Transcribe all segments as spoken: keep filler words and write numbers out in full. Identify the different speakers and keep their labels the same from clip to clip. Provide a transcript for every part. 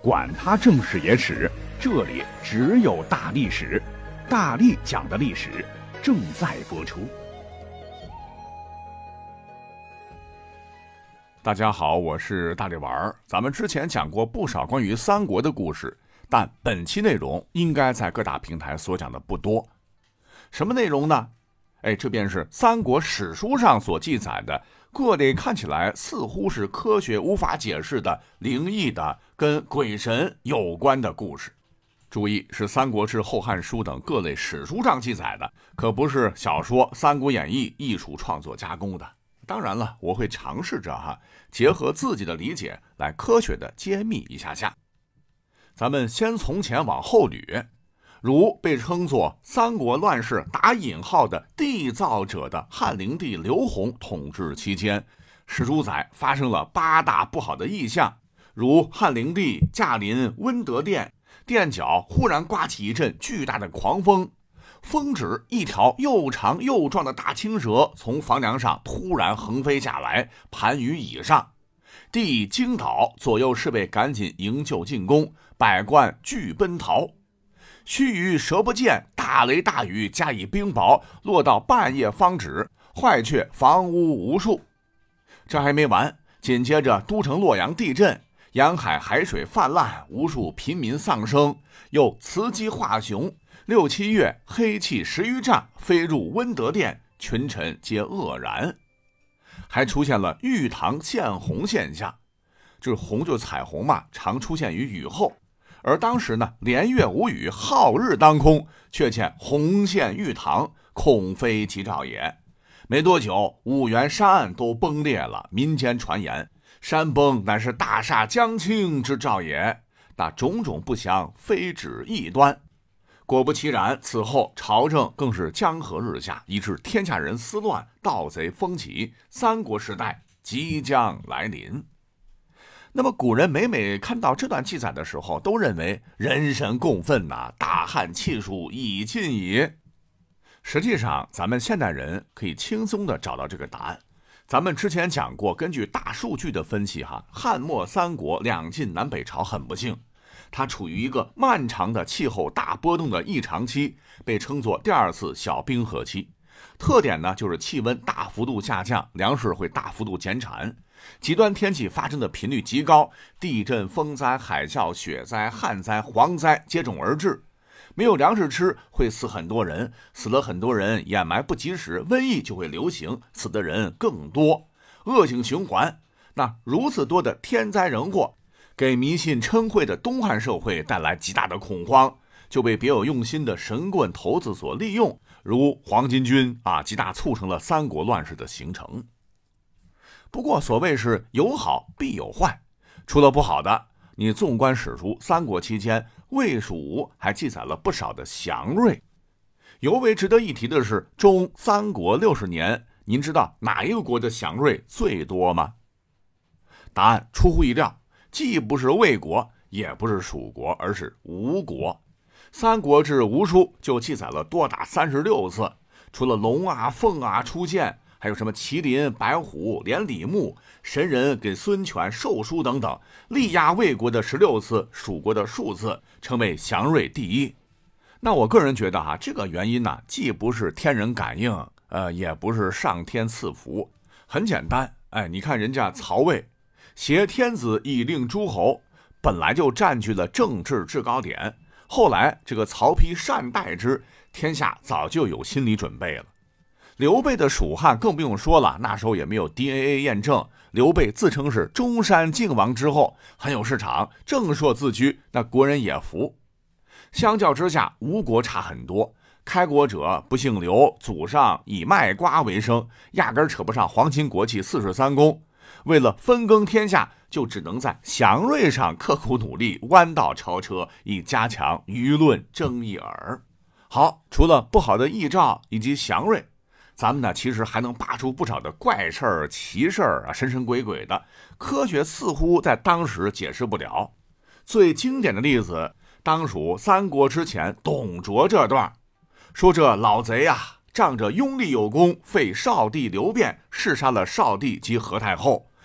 Speaker 1: 管他正史野史，这里只有大历史，大力讲的历史正在播出。
Speaker 2: 大家好，我是大力丸儿。咱们之前讲过不少关于三国的故事，但本期内容应该在各大平台所讲的不多。什么内容呢？哎，这便是三国史书上所记载的各类看起来似乎是科学无法解释的灵异的跟鬼神有关的故事。注意，是三国志、后汉书等各类史书上记载的，可不是小说《三国演义》艺术创作加工的。当然了，我会尝试着哈，结合自己的理解来科学的揭秘一下下。咱们先从前往后捋，如被称作三国乱世打引号的缔造者的汉灵帝刘宏统治期间，史书载发生了八大不好的异象，如汉灵帝驾临温德殿，殿角忽然刮起一阵巨大的狂风，风指一条又长又壮的大青蛇从房梁上突然横飞下来，盘于椅上，帝惊倒，左右侍卫赶紧营救进攻，百官俱奔逃。须臾蛇不见，大雷大雨加以冰雹，落到半夜方止，坏却房屋无数。这还没完，紧接着都城洛阳地震，洋海海水泛滥，无数平民丧生，又雌鸡化雄，六七月黑气十余丈飞入温德殿，群臣皆愕然。还出现了玉堂现红现象，这红就是彩虹嘛，常出现于雨后。而当时呢，连月无雨，皓日当空，却见红现玉堂，恐非吉兆也。没多久，五原山岸都崩裂了，民间传言山崩乃是大厦将倾之兆也。那种种不祥，非止异端。果不其然，此后朝政更是江河日下，以致天下人思乱，盗贼风起，三国时代即将来临。那么古人每每看到这段记载的时候，都认为人神共愤呐、啊，大汉气数已尽矣。实际上咱们现代人可以轻松地找到这个答案。咱们之前讲过，根据大数据的分析哈，汉末三国两晋南北朝很不幸，它处于一个漫长的气候大波动的异常期，被称作第二次小冰河期。特点呢，就是气温大幅度下降，粮食会大幅度减产，极端天气发生的频率极高，地震、风灾、海啸、雪灾、旱灾、蝗灾接踵而至。没有粮食吃，会死很多人，死了很多人，掩埋不及时，瘟疫就会流行，死的人更多，恶性循环。那如此多的天灾人祸，给迷信称讳的东汉社会带来极大的恐慌，就被别有用心的神棍头子所利用，如黄巾军啊，极大促成了三国乱世的形成。不过所谓是有好必有坏，除了不好的，你纵观史书，三国期间魏蜀吴还记载了不少的祥瑞。尤为值得一提的是，中三国六十年，您知道哪一个国的祥瑞最多吗？答案出乎意料，既不是魏国，也不是蜀国，而是吴国。三国志吴书就记载了多达三十六次，除了龙啊凤啊出现，还有什么麒麟、白虎、连理木、神人给孙权授书等等，力压魏国的十六次，蜀国的数次，成为祥瑞第一。那我个人觉得哈、啊，这个原因呢，既不是天人感应，呃，也不是上天赐福，很简单，哎，你看人家曹魏，挟天子以令诸侯，本来就占据了政治制高点。后来这个曹丕善待之，天下早就有心理准备了。刘备的蜀汉更不用说了，那时候也没有 D N A 验证，刘备自称是中山靖王之后，很有市场，正朔自居，那国人也服。相较之下，吴国差很多，开国者不姓刘，祖上以卖瓜为生，压根扯不上皇亲国戚四十三公。为了分耕天下，就只能在祥瑞上刻苦努力，弯道超车，以加强舆论争议耳。好，除了不好的异兆以及祥瑞，咱们呢其实还能扒出不少的怪事儿、奇事儿啊，神神鬼鬼的，科学似乎在当时解释不了。最经典的例子，当属三国之前董卓这段，说这老贼啊，仗着拥立有功，废少帝刘辩，弑杀了少帝及何太后，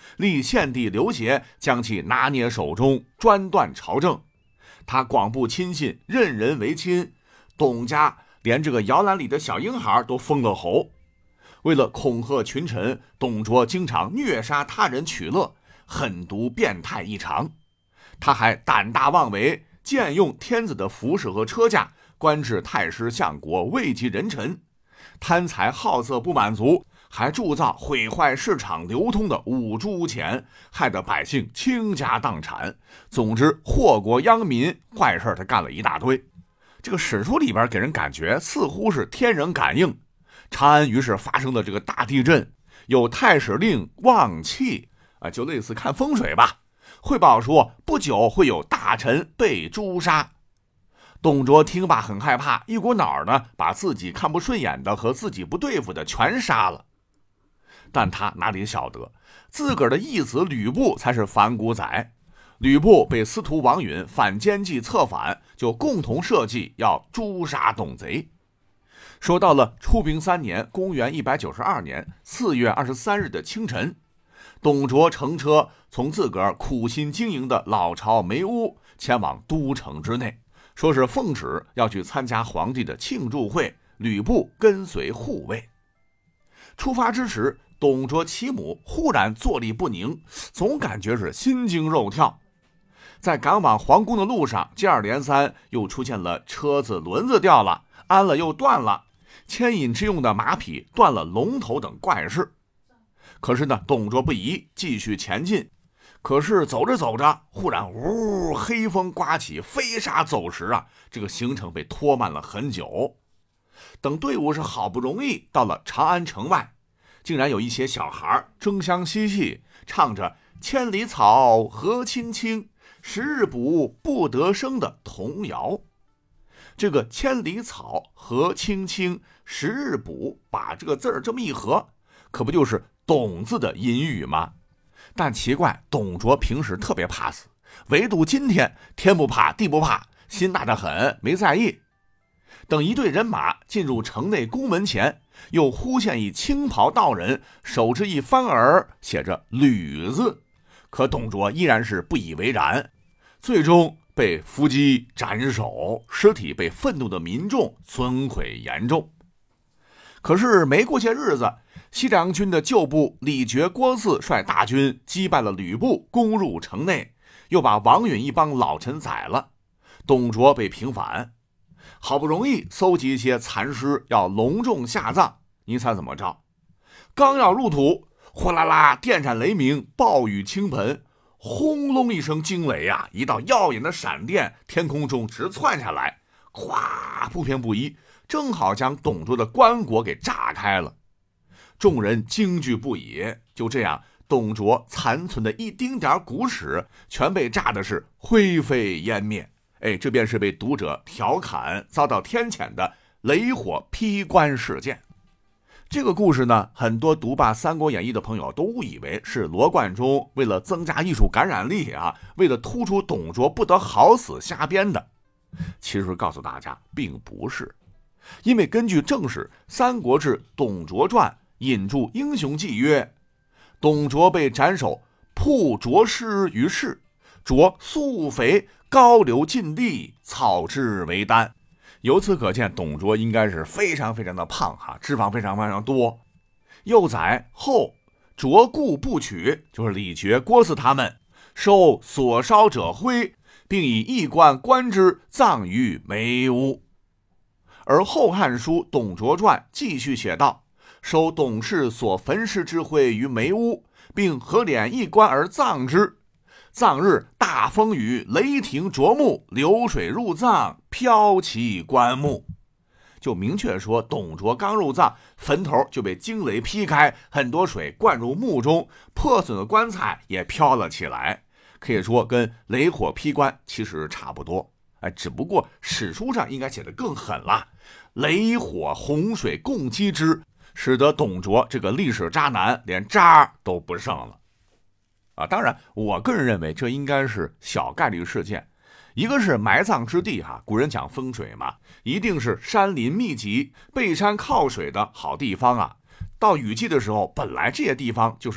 Speaker 2: 立献帝刘协将其拿捏手中，专断朝政。他广布亲信，任人为亲，董家连这个摇篮里的小婴孩都封了侯。为了恐吓群臣，董卓经常虐杀他人取乐，狠毒变态异常。他还胆大妄为，僭用天子的服饰和车驾，官至太师相国，位极人臣。贪财好色不满足，还铸造毁坏市场流通的五铢钱，害得百姓倾家荡产。总之，祸国殃民，坏事他干了一大堆。这个史书里边给人感觉似乎是天人感应。长安于是发生了这个大地震，有太史令望气啊，就类似看风水吧，汇报说不久会有大臣被诛杀。董卓听罢很害怕，一股脑呢把自己看不顺眼的和自己不对付的全杀了。但他哪里晓得，自个儿的义子吕布才是反骨仔。吕布被司徒王允反间计策反，就共同设计要诛杀董贼。说到了初平三年，公元一百九十二年四月二十三日的清晨，董卓乘车从自个儿苦心经营的老巢梅屋前往都城之内，说是奉旨要去参加皇帝的庆祝会，吕布跟随护卫。出发之时，董卓其母忽然坐立不宁，总感觉是心惊肉跳。在赶往皇宫的路上，接二连三又出现了车子轮子掉了，鞍了又断了，牵引之用的马匹断了龙头等怪事。可是呢，董卓不疑，继续前进。可是走着走着，忽然呜，黑风刮起，飞沙走石啊！这个行程被拖慢了很久。等队伍是好不容易到了长安城外，竟然有一些小孩争相嬉戏，唱着千里草何青青，十日补不得生的童谣。这个千里草何青青，十日补，把这个字儿这么一合，可不就是董字的隐语吗？但奇怪，董卓平时特别怕死，唯独今天天不怕地不怕，心大得很，没在意。等一队人马进入城内宫门前，又忽现一青袍道人，手执一翻儿，写着吕字。可董卓依然是不以为然，最终被伏击斩首，尸体被愤怒的民众损毁严重。可是没过些日子，西凉军的旧部李傕、郭汜率大军击败了吕布，攻入城内，又把王允一帮老臣宰了。董卓被平反，好不容易搜集一些残尸，要隆重下葬。你猜怎么着？刚要入土，哗啦啦，电闪雷鸣，暴雨倾盆，轰隆一声惊雷啊！一道耀眼的闪电，天空中直窜下来，咵，不偏不倚，正好将董卓的棺椁给炸开了。众人惊惧不已，就这样，董卓残存的一丁点骨齿全被炸的是灰飞烟灭。哎，这便是被读者调侃遭到天谴的雷火劈棺事件。这个故事呢，很多读罢《三国演义》的朋友都误以为是罗贯中为了增加艺术感染力啊，为了突出董卓不得好死瞎编的。其实告诉大家，并不是。因为根据正史《三国志·董卓传》引注英雄记曰：董卓被斩首，曝卓尸于市，卓素肥，高流尽地，草质为丹。由此可见，董卓应该是非常非常的胖哈，脂肪非常非常多。又载后卓故不取，就是李傕、郭汜他们收所烧者灰，并以一棺棺之，葬于梅屋。而《后汉书·董卓传》继续写道：收董氏所焚尸之灰于梅屋，并合敛一棺而葬之。葬日大风雨，雷霆灼目，流水入葬，飘其棺木。就明确说，董卓刚入葬，坟头就被惊雷劈开，很多水灌入墓中，破损的棺材也飘了起来。可以说跟雷火劈棺其实差不多，哎，只不过史书上应该写得更狠了，雷火洪水共击之，使得董卓这个历史渣男连渣都不剩了。啊，当然，我个人认为这应该是小概率事件。一个是埋葬之地哈，古人讲风水嘛，一定是山林密集、背山靠水的好地方啊。到雨季的时候，本来这些地方就是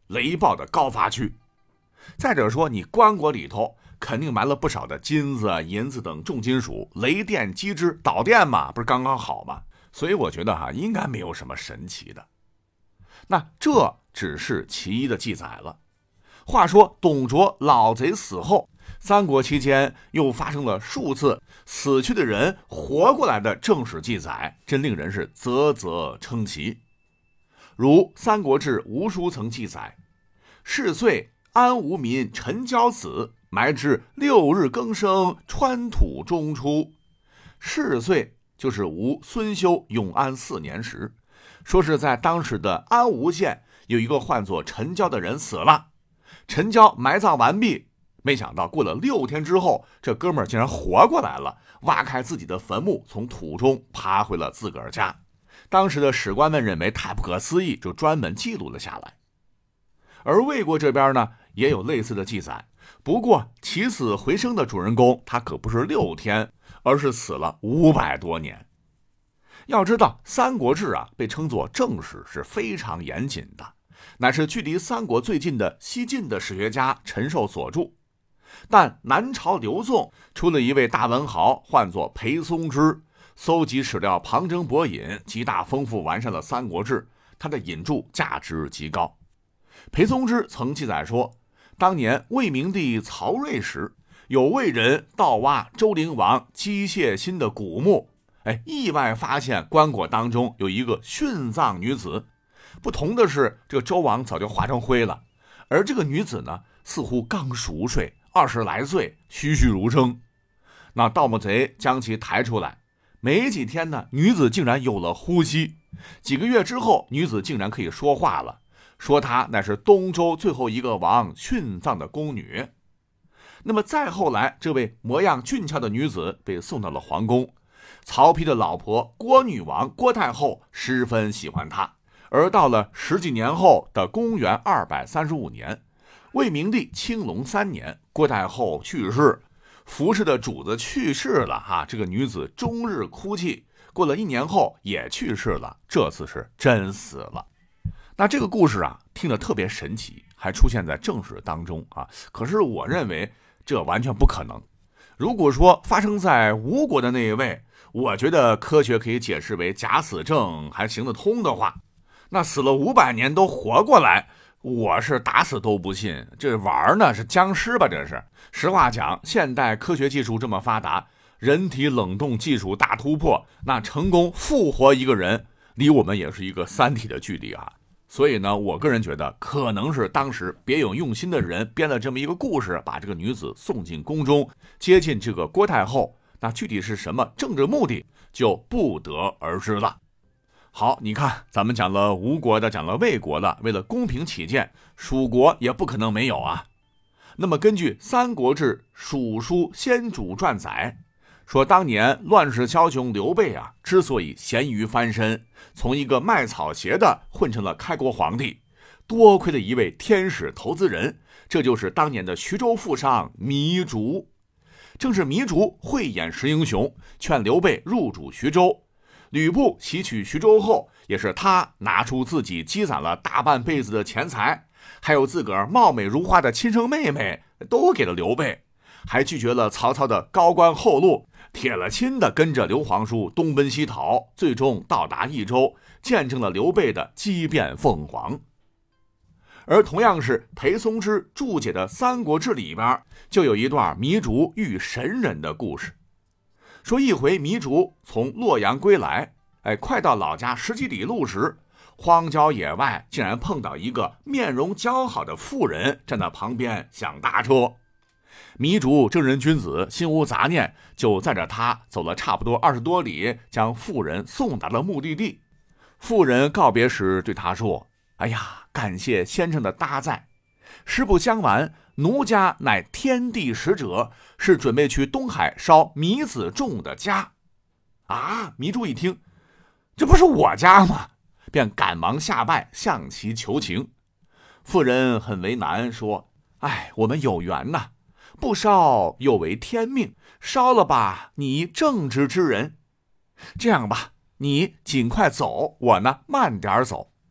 Speaker 2: 雷暴的高发区。再者说，你棺椁里头肯定埋了不少的金子、银子等重金属，雷电击之，导电嘛，不是刚刚好吗？所以我觉得哈，应该没有什么神奇的。那这只是其一的记载了。话说董卓老贼死后，三国期间又发生了数次死去的人活过来的正史记载，真令人是啧啧称奇。如《三国志·吴书》曾记载，是岁安吴民陈交子埋至六日更生，川土中出。是岁就是吴孙修永安四年时，说是在当时的安吴县有一个唤作陈交的人死了，陈交埋葬完毕，没想到过了六天之后，这哥们儿竟然活过来了，挖开自己的坟墓，从土中爬回了自个儿家。当时的史官们认为太不可思议，就专门记录了下来。而魏国这边呢，也有类似的记载，不过起死回生的主人公他可不是六天，而是死了五百多年。要知道《三国志》啊，被称作正史是非常严谨的，乃是距离三国最近的西晋的史学家陈寿所著。但南朝刘宋出了一位大文豪，唤作裴松之，搜集史料旁征博引，极大丰富完善了《三国志》，他的引注价值极高。裴松之曾记载说，当年魏明帝曹睿时，有魏人盗挖周灵王姬谢辛的古墓，哎，意外发现棺椁当中有一个殉葬女子。不同的是，这个周王早就化成灰了，而这个女子呢，似乎刚熟睡，二十来岁，栩栩如生。那盗墓贼将其抬出来，没几天呢，女子竟然有了呼吸。几个月之后，女子竟然可以说话了，说她乃是东周最后一个王殉葬的宫女。那么再后来，这位模样俊俏的女子被送到了皇宫，曹丕的老婆郭女王郭太后十分喜欢她。而到了十几年后的公元二百三十五年，魏明帝青龙三年，郭太后去世，服侍的主子去世了哈，这个女子终日哭泣，过了一年后也去世了，这次是真死了。那这个故事啊，听得特别神奇，还出现在正史当中啊。可是我认为这完全不可能。如果说发生在吴国的那一位，我觉得科学可以解释为假死症还行得通的话，那死了五百年都活过来，我是打死都不信。这玩呢是僵尸吧？这是。实话讲，现代科学技术这么发达，人体冷冻技术大突破，那成功复活一个人，离我们也是一个三体的距离啊。所以呢，我个人觉得可能是当时别有用心的人编了这么一个故事，把这个女子送进宫中，接近这个郭太后。那具体是什么政治目的，就不得而知了。好，你看咱们讲了吴国的，讲了魏国的，为了公平起见，蜀国也不可能没有啊。那么根据《三国志·蜀书先主传》载，说当年乱世枭雄刘备啊，之所以咸鱼翻身，从一个卖草鞋的混成了开国皇帝，多亏了一位天使投资人，这就是当年的徐州富商糜竺。正是糜竺慧眼识英雄，劝刘备入主徐州。吕布袭取徐州后，也是他拿出自己积攒了大半辈子的钱财，还有自个儿貌美如花的亲生妹妹，都给了刘备，还拒绝了曹操的高官厚禄，铁了心的跟着刘皇叔东奔西讨，最终到达益州，见证了刘备的击变凤凰。而同样是裴松之注解的《三国志》里边，就有一段糜竺遇神人的故事。说一回糜竺从洛阳归来，哎，快到老家十几里路时，荒郊野外竟然碰到一个面容姣好的妇人站在旁边想搭车。糜竺正人君子，心无杂念，就载着他走了差不多二十多里，将妇人送达了目的地。妇人告别时对他说：哎呀，感谢先生的搭载，实不相瞒，奴家乃天地使者，是准备去东海烧糜子仲的家。啊，糜竺一听，这不是我家吗？便赶忙下拜向其求情。妇人很为难，说：哎，我们有缘呐，不烧又为天命，烧了吧，你正直之人。这样吧，你尽快走，我呢慢点走。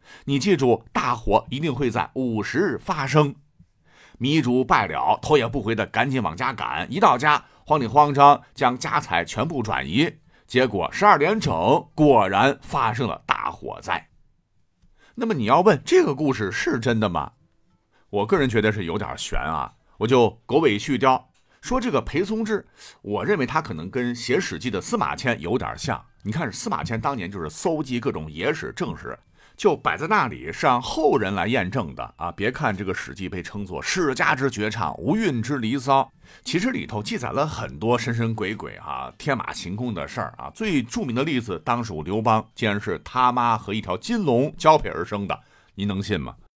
Speaker 2: 你记住，大火一定会在午时日发生。糜竺败了，头也不回的赶紧往家赶。一到家，慌里慌张将家财全部转移，结果十二点整，果然发生了大火灾。那么你要问这个故事是真的吗？我个人觉得是有点悬啊，我就狗尾续貂说这个裴松之，我认为他可能跟写史记的司马迁有点像。你看司马迁当年就是搜集各种野史正史，就摆在那里是让后人来验证的啊！别看这个史记被称作世家之绝唱，无韵之离骚，其实里头记载了很多神神鬼鬼啊、天马行空的事儿啊。最著名的例子当属刘邦，竟然是他妈和一条金龙交配而生的，您能信吗？